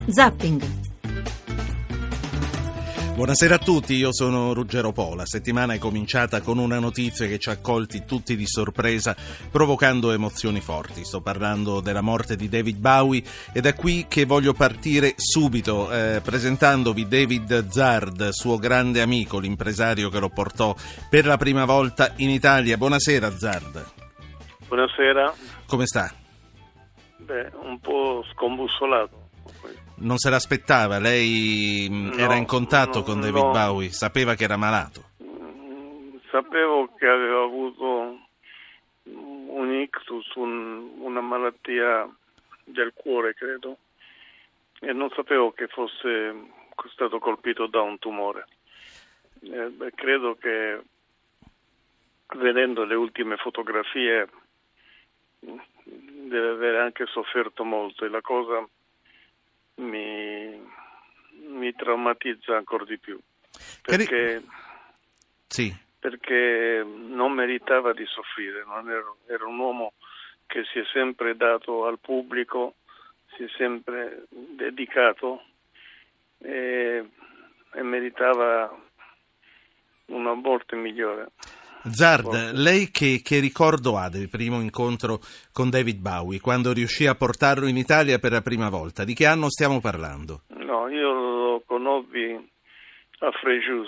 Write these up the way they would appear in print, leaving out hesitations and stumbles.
Zapping. Buonasera a tutti, io sono Ruggero Po. La settimana è cominciata con una notizia che ci ha colti tutti di sorpresa, provocando emozioni forti. Sto parlando della morte di David Bowie ed è qui che voglio partire subito presentandovi David Zard, suo grande amico, l'impresario che lo portò per la prima volta in Italia. Buonasera Zard. Buonasera. Come sta? Un po' scombussolato. Non se l'aspettava? Lei era in contatto con David Bowie? Sapeva che era malato? Sapevo che aveva avuto un ictus, una malattia del cuore, credo, e non sapevo che fosse stato colpito da un tumore. Credo che, vedendo le ultime fotografie, deve aver anche sofferto molto, e la cosa mi traumatizza ancora di più, perché non meritava di soffrire. Era un uomo che si è sempre dato al pubblico, si è sempre dedicato e meritava una morte migliore. Zard, lei che ricordo ha del primo incontro con David Bowie, quando riuscì a portarlo in Italia per la prima volta? Di che anno stiamo parlando? No, io lo conobbi a Frejus,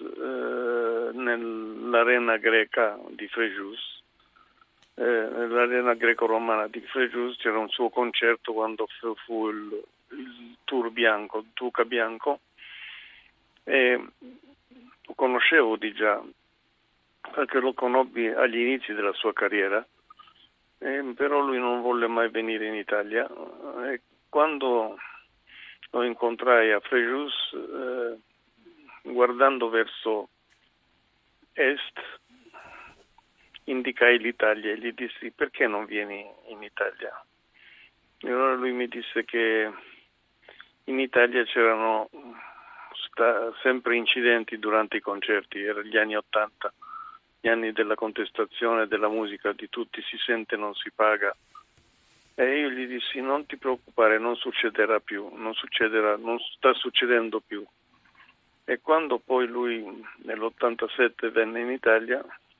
nell'arena greca di Frejus, nell'arena greco-romana di Frejus. C'era un suo concerto quando fu il tour bianco, il Duca Bianco, e lo conoscevo di già, perché lo conobbi agli inizi della sua carriera, però lui non volle mai venire in Italia, e quando lo incontrai a Frejus, guardando verso est, indicai l'Italia e gli dissi: perché non vieni in Italia? E allora lui mi disse che in Italia c'erano sempre incidenti durante i concerti. Erano gli anni '80, gli anni della contestazione della musica di tutti si sente, non si paga. E io gli dissi: non ti preoccupare, non succederà più, non sta succedendo più. E quando poi lui nell'87 venne in Italia,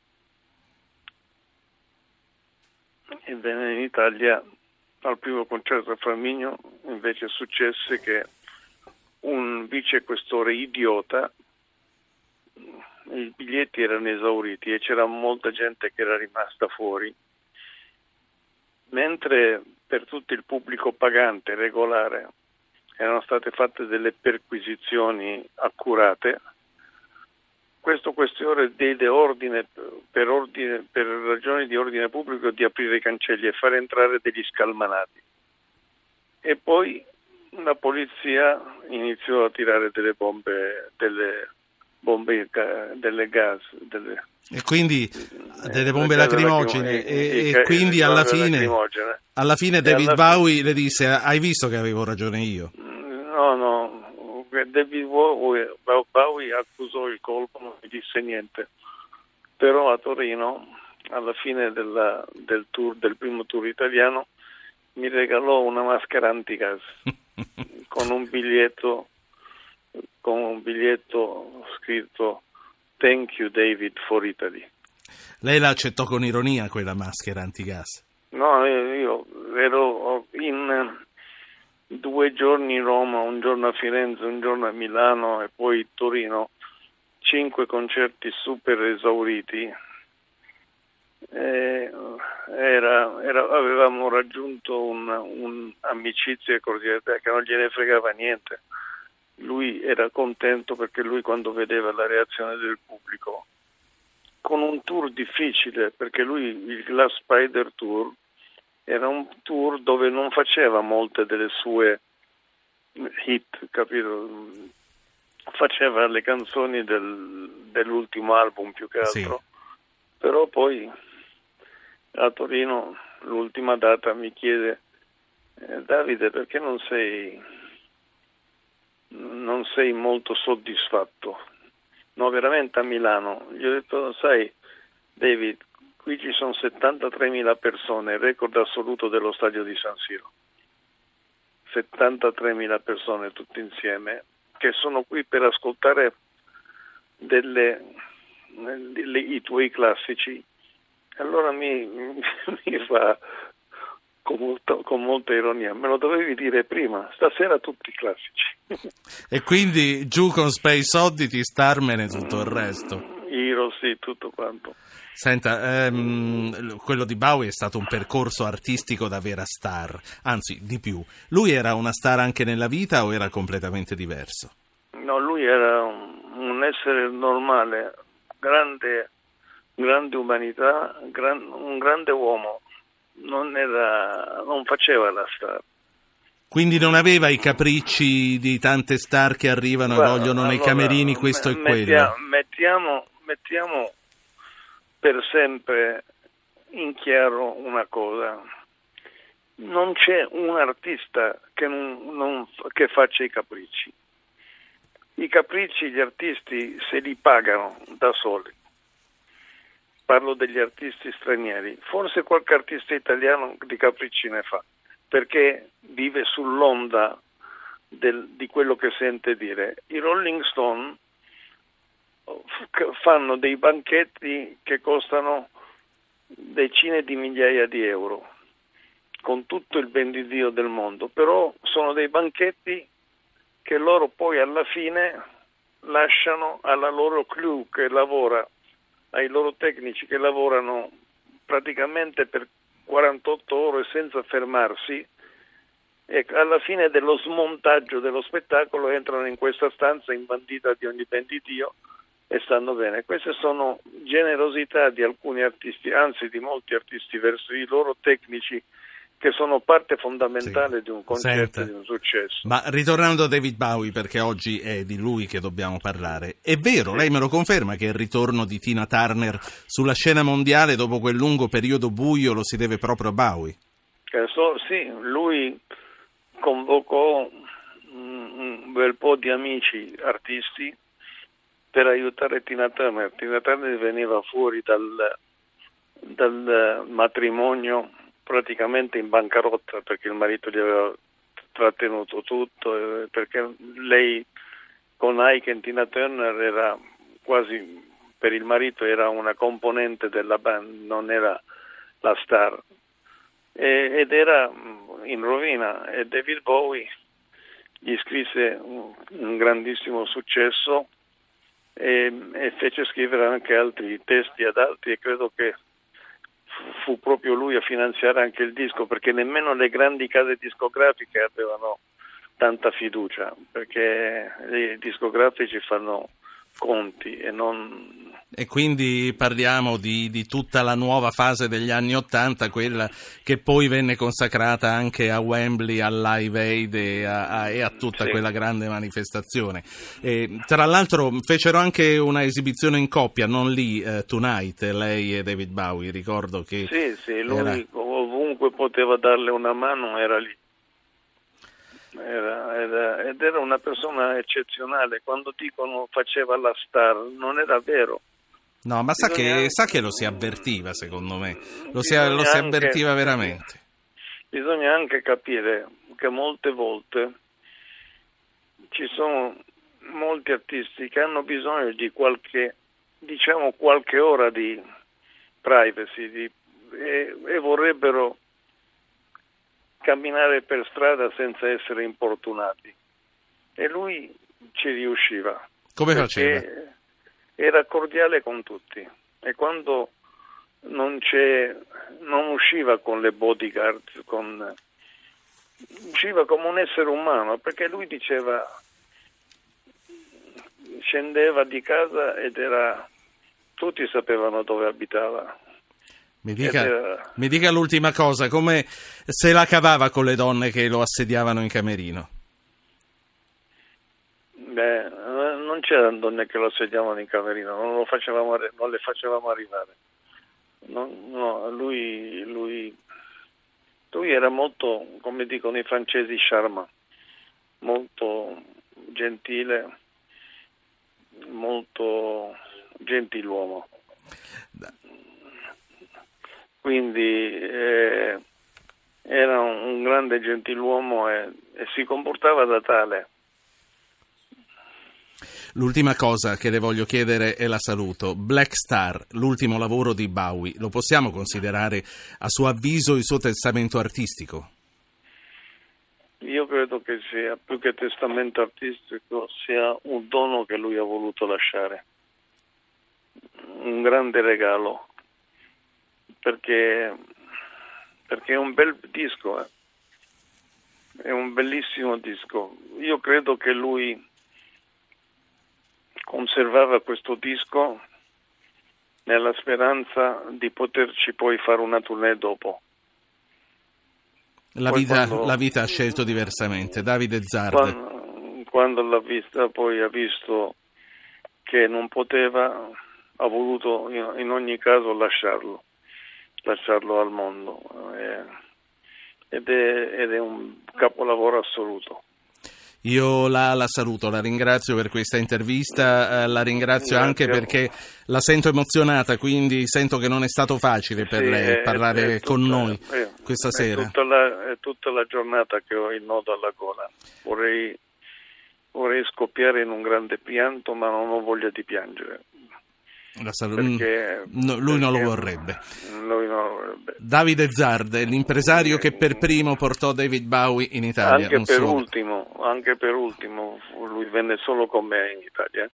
al primo concerto a Flaminio, invece successe che un vicequestore idiota, i biglietti erano esauriti e c'era molta gente che era rimasta fuori, mentre per tutto il pubblico pagante regolare erano state fatte delle perquisizioni accurate. Questo questore diede ordine, per ragioni di ordine pubblico, di aprire i cancelli e far entrare degli scalmanati, e poi la polizia iniziò a tirare delle bombe delle gas, e quindi delle bombe lacrimogene, e quindi alla fine David Bowie le disse: hai visto che avevo ragione io? No, David Bowie accusò il colpo, non mi disse niente, però a Torino, alla fine del primo tour italiano, mi regalò una maschera antigas con un biglietto scritto "Thank you David for Italy". Lei la accettò con ironia quella maschera antigas? No, io ero in 2 giorni in Roma, un giorno a Firenze, un giorno a Milano e poi Torino, 5 concerti super esauriti. Avevamo raggiunto un'amicizia e cordialità che non gliene fregava niente. Lui era contento perché lui, quando vedeva la reazione del pubblico, con un tour difficile, perché lui, la Spider Tour, era un tour dove non faceva molte delle sue hit, capito? Faceva le canzoni dell'ultimo album più che altro. Sì. Però poi a Torino, l'ultima data, mi chiede: Davide, perché non sei molto soddisfatto? No, veramente, a Milano. Gli ho detto: sai David, qui ci sono 73.000 persone, record assoluto dello stadio di San Siro. 73.000 persone tutte insieme che sono qui per ascoltare i tuoi classici. Allora mi fa con molta ironia, me lo dovevi dire prima, stasera tutti i classici. E quindi giù con Space Oddity, Starman e tutto il resto. Io sì, tutto quanto. Senta, quello di Bowie è stato un percorso artistico da vera star, anzi di più. Lui era una star anche nella vita o era completamente diverso? No, lui era un essere normale, grande umanità, un grande uomo. Non faceva la star. Quindi non aveva i capricci di tante star che arrivano e vogliono nei camerini questo e quello. Mettiamo per sempre in chiaro una cosa: non c'è un artista che faccia i capricci. I capricci gli artisti se li pagano da soli. Parlo degli artisti stranieri. Forse qualche artista italiano di capricci ne fa, perché vive sull'onda di quello che sente dire. I Rolling Stone fanno dei banchetti che costano decine di migliaia di euro, con tutto il ben di Dio del mondo, però sono dei banchetti che loro poi alla fine lasciano alla loro crew che lavora, ai loro tecnici che lavorano praticamente per 48 ore senza fermarsi, e alla fine dello smontaggio dello spettacolo entrano in questa stanza imbandita di ogni ben di Dio e stanno bene. Queste sono generosità di alcuni artisti, anzi di molti artisti, verso i loro tecnici, che sono parte fondamentale di un concerto, di un successo. Ma ritornando a David Bowie, perché oggi è di lui che dobbiamo parlare, è vero, lei me lo conferma, che il ritorno di Tina Turner sulla scena mondiale dopo quel lungo periodo buio lo si deve proprio a Bowie? Sì, lui convocò un bel po' di amici artisti per aiutare Tina Turner. Tina Turner veniva fuori dal matrimonio praticamente in bancarotta, perché il marito gli aveva trattenuto tutto, perché lei con Ike, Tina Turner era quasi, per il marito era una componente della band, non era la star, ed era in rovina, e David Bowie gli scrisse un grandissimo successo e fece scrivere anche altri testi ad altri, e credo che fu proprio lui a finanziare anche il disco, perché nemmeno le grandi case discografiche avevano tanta fiducia, perché i discografici fanno conti e non... E quindi parliamo di tutta la nuova fase degli anni '80, quella che poi venne consacrata anche a Wembley, al Live Aid e a tutta quella grande manifestazione. Tra l'altro fecero anche una esibizione in coppia, non lì, Tonight, lei e David Bowie, ricordo che... Sì, lui ovunque poteva darle una mano era lì. Ed era una persona eccezionale. Quando dicono faceva la star, non era vero. No, ma sa che lo si avvertiva, secondo me, lo si avvertiva veramente. Bisogna anche capire che molte volte ci sono molti artisti che hanno bisogno di qualche ora di privacy e vorrebbero camminare per strada senza essere importunati, e lui ci riusciva. Come faceva? Era cordiale con tutti, e quando non usciva con le bodyguard, usciva come un essere umano, perché lui diceva, scendeva di casa ed tutti sapevano dove abitava. Mi dica l'ultima cosa, come se la cavava con le donne che lo assediavano in camerino? Non c'erano donne che lo assediavano in camerino, non le facevamo arrivare. No, lui era molto, come dicono i francesi, charmant, molto gentile, molto gentiluomo. Quindi era un grande gentiluomo, e e si comportava da tale. L'ultima cosa che le voglio chiedere e la saluto. Black Star, l'ultimo lavoro di Bowie, lo possiamo considerare a suo avviso il suo testamento artistico? Io credo che sia, più che testamento artistico, sia un dono che lui ha voluto lasciare, un grande regalo, perché è un bel disco, è un bellissimo disco. Io credo che lui conservava questo disco nella speranza di poterci poi fare una tournée dopo. La vita ha scelto diversamente. Davide Zard. Quando l'ha vista, poi ha visto che non poteva, ha voluto in ogni caso lasciarlo al mondo, ed è un capolavoro assoluto. Io la saluto, la ringrazio per questa intervista, la ringrazio anche perché la sento emozionata, quindi sento che non è stato facile per lei parlare con noi questa sera. È tutta la giornata che ho il nodo alla gola. Vorrei scoppiare in un grande pianto, ma non ho voglia di piangere. Lui non lo vorrebbe. Lui non lo vorrebbe. Davide Zard è l'impresario che per primo portò David Bowie in Italia. Anche per ultimo, lui venne solo con me in Italia.